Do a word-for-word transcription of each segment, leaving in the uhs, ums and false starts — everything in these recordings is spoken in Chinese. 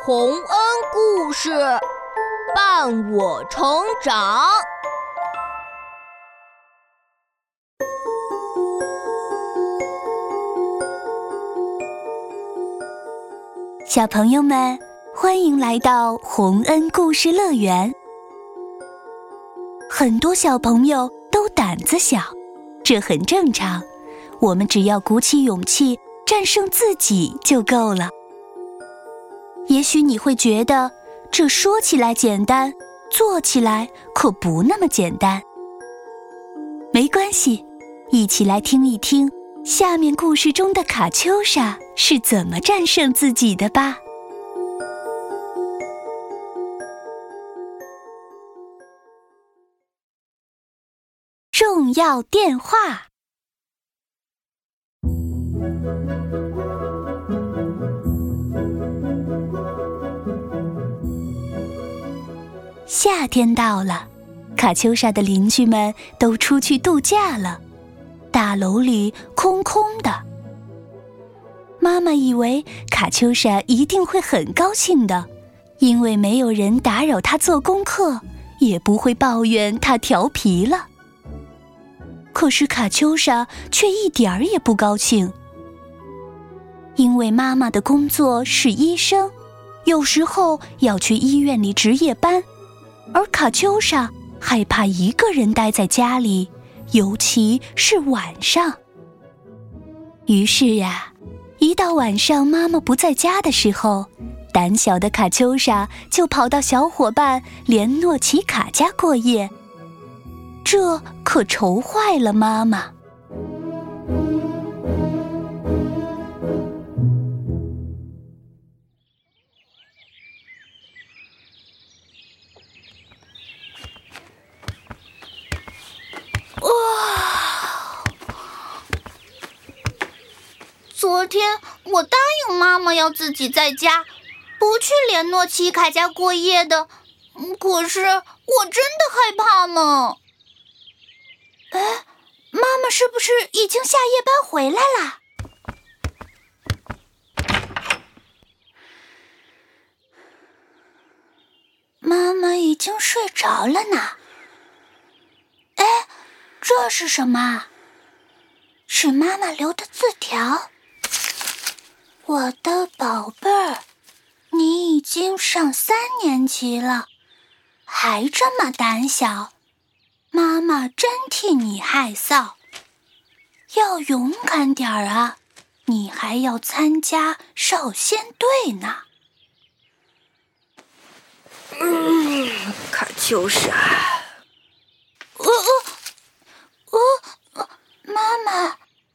洪恩故事伴我成长。 小朋友们，欢迎来到洪恩故事乐园。很多小朋友都胆子小，这很正常，我们只要鼓起勇气战胜自己就够了。也许你会觉得这说起来简单，做起来可不那么简单。没关系，一起来听一听下面故事中的卡秋莎是怎么战胜自己的吧。重要电话。夏天到了，卡秋莎的邻居们都出去度假了，大楼里空空的。妈妈以为卡秋莎一定会很高兴的，因为没有人打扰她做功课，也不会抱怨她调皮了。可是卡秋莎却一点儿也不高兴，因为妈妈的工作是医生，有时候要去医院里值夜班，而卡秋莎害怕一个人待在家里，尤其是晚上。于是呀，一到晚上妈妈不在家的时候，胆小的卡秋莎就跑到小伙伴连诺奇卡家过夜，这可愁坏了妈妈。 昨天我答应妈妈要自己在家，不去连诺奇卡家过夜的，可是我真的害怕呢。哎，妈妈是不是已经下夜班回来了？妈妈已经睡着了呢。哎，这是什么？是妈妈留的字条。我的宝贝儿，你已经上三年级了，还这么胆小，妈妈真替你害臊。要勇敢点儿啊，你还要参加少先队呢。 嗯，卡秋莎。 呃呃呃，妈妈。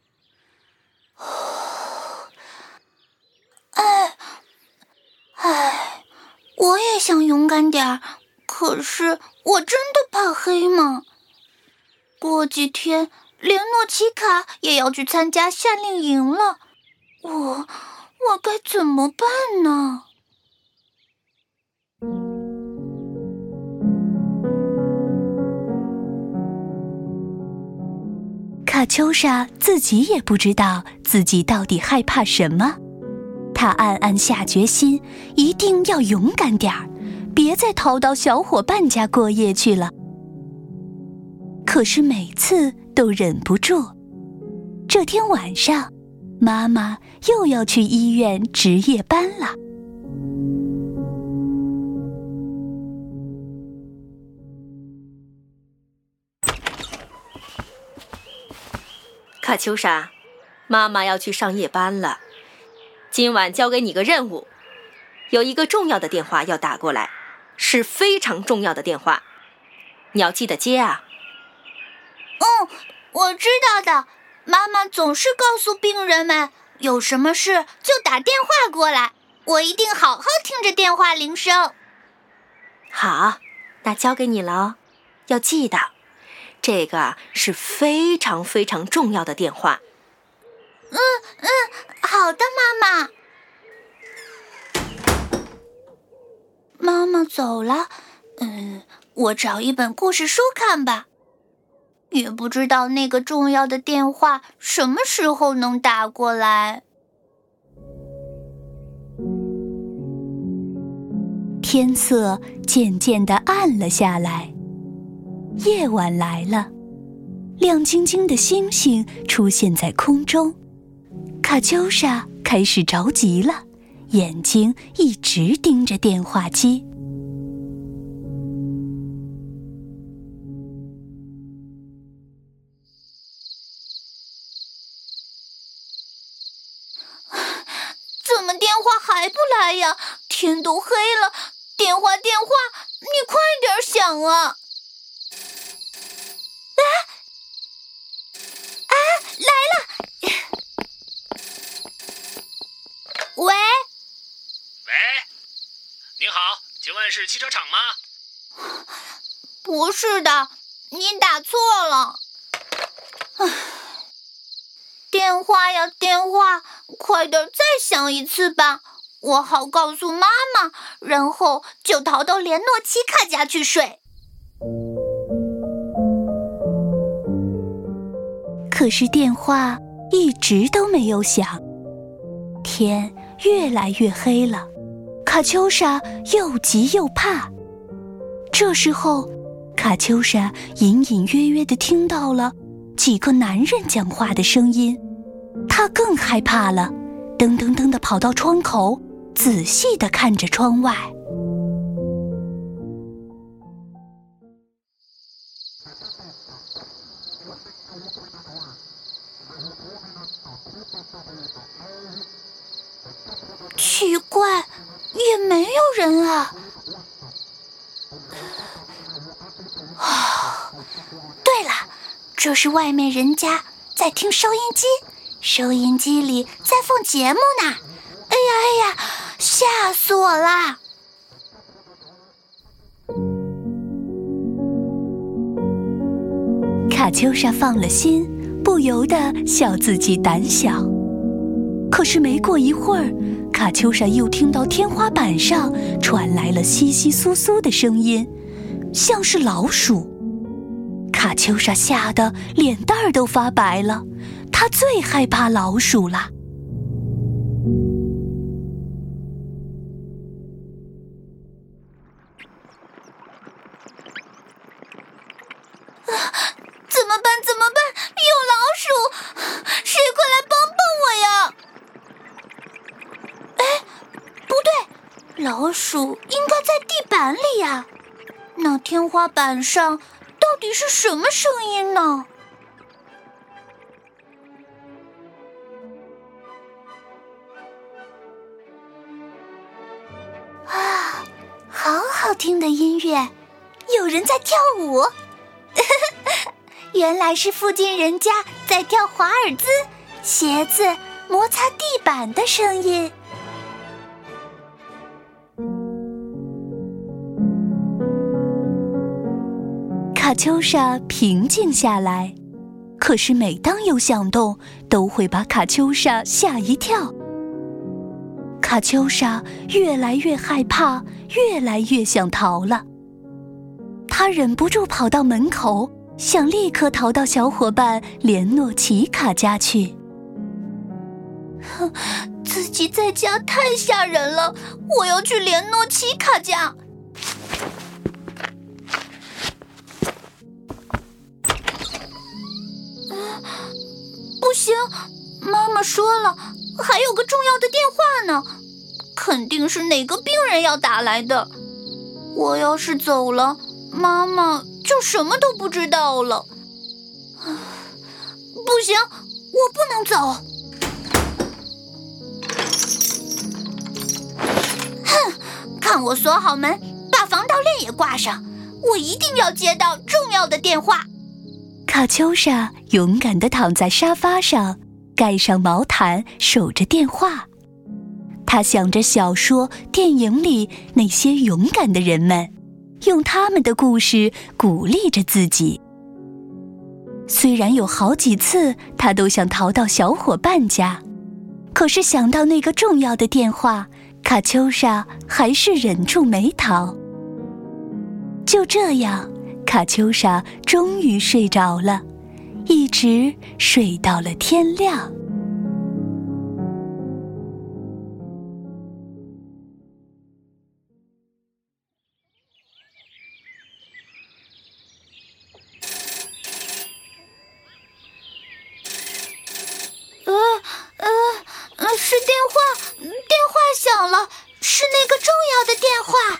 哎，哎，我也想勇敢点儿，可是我真的怕黑嘛。过几天连诺奇卡也要去参加夏令营了，我我该怎么办呢？ 卡秋莎自己也不知道自己到底害怕什么，她暗暗下决心，一定要勇敢点儿，别再逃到小伙伴家过夜去了。可是每次都忍不住。这天晚上，妈妈又要去医院值夜班了。 卡秋莎，妈妈要去上夜班了，今晚交给你个任务，有一个重要的电话要打过来，是非常重要的电话，你要记得接啊。 嗯，我知道的，妈妈总是告诉病人们，有什么事就打电话过来，我一定好好听着电话铃声。 好，那交给你了哦，要记得，这个是非常非常重要的电话。 嗯嗯，好的，妈妈。妈妈走了，嗯，我找一本故事书看吧。也不知道那个重要的电话什么时候能打过来。 天色渐渐地暗了下来，夜晚来了，亮晶晶的星星出现在空中。卡秋莎开始着急了，眼睛一直盯着电话机。 怎么电话还不来呀？天都黑了，电话电话，你快点响啊！啊啊，来了！喂喂，您好，请问是汽车厂吗？ 不是的，你打错了。唉，电话呀电话，快点再响一次吧，我好告诉妈妈，然后就逃到连诺奇卡家去睡。 可是电话一直都没有响，天越来越黑了，卡秋莎又急又怕。这时候，卡秋莎隐隐约约地听到了几个男人讲话的声音，她更害怕了，噔噔噔地跑到窗口，仔细地看着窗外。 奇怪，也没有人啊。啊，对了，这是外面人家在听收音机，收音机里在放节目呢。哎呀哎呀，吓死我啦！ 卡秋莎放了心，不由得笑自己胆小。可是没过一会儿，卡秋莎又听到天花板上传来了窸窸窣窣的声音，像是老鼠。卡秋莎吓得脸蛋儿都发白了，她最害怕老鼠了。 怎么办？怎么办？有老鼠！谁快来帮帮我呀！哎，不对，老鼠应该在地板里呀。那天花板上到底是什么声音呢？啊，好好听的音乐，有人在跳舞。原来是附近人家在跳华尔兹，鞋子摩擦地板的声音。 卡秋莎平静下来，可是每当有响动，都会把卡秋莎吓一跳。卡秋莎越来越害怕，越来越想逃了。她忍不住跑到门口，想立刻逃到小伙伴连诺奇卡家去。 哼，自己在家太吓人了，我要去连诺奇卡家。嗯，不行，妈妈说了，还有个重要的电话呢，肯定是哪个病人要打来的。我要是走了，妈妈就什么都不知道了。不行，我不能走。哼，看我锁好门，把防盗链也挂上，我一定要接到重要的电话。 卡秋莎勇敢地躺在沙发上，盖上毛毯，守着电话。她想着小说、电影里那些勇敢的人们，用他们的故事鼓励着自己。虽然有好几次她都想逃到小伙伴家，可是想到那个重要的电话，卡秋莎还是忍住没逃。就这样，卡秋莎终于睡着了，一直睡到了天亮。 响了，是那个重要的电话。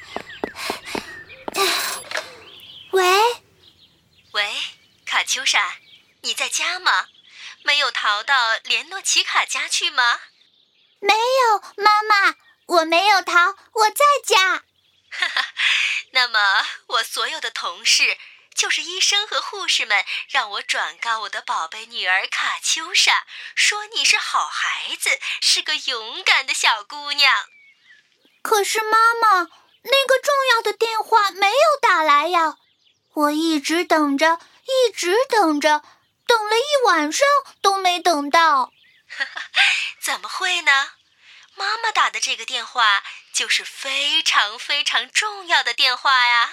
喂？ 喂，卡秋莎，你在家吗？没有逃到连诺奇卡家去吗？ 没有，妈妈，我没有逃，我在家。 哈哈，那么我所有的同事，就是医生和护士们，让我转告我的宝贝女儿卡秋莎，说你是好孩子，是个勇敢的小姑娘。 可是妈妈，那个重要的电话没有打来呀，我一直等着，一直等着，等了一晚上都没等到。 怎么会呢？妈妈打的这个电话就是非常非常重要的电话呀。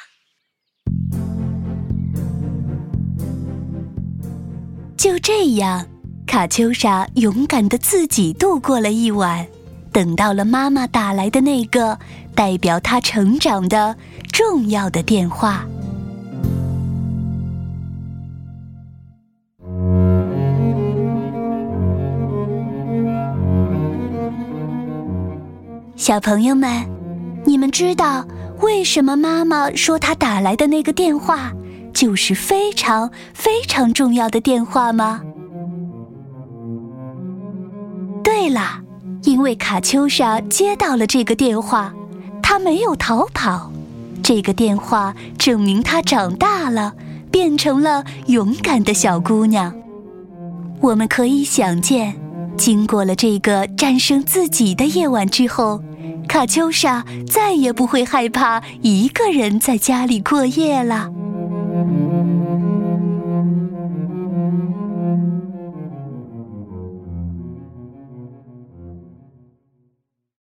就这样，卡秋莎勇敢地自己度过了一晚，等到了妈妈打来的那个代表她成长的重要的电话。小朋友们，你们知道为什么妈妈说她打来的那个电话就是非常非常重要的电话吗？对了，因为卡秋莎接到了这个电话，她没有逃跑，这个电话证明她长大了，变成了勇敢的小姑娘。我们可以想见，经过了这个战胜自己的夜晚之后，卡秋莎再也不会害怕一个人在家里过夜了。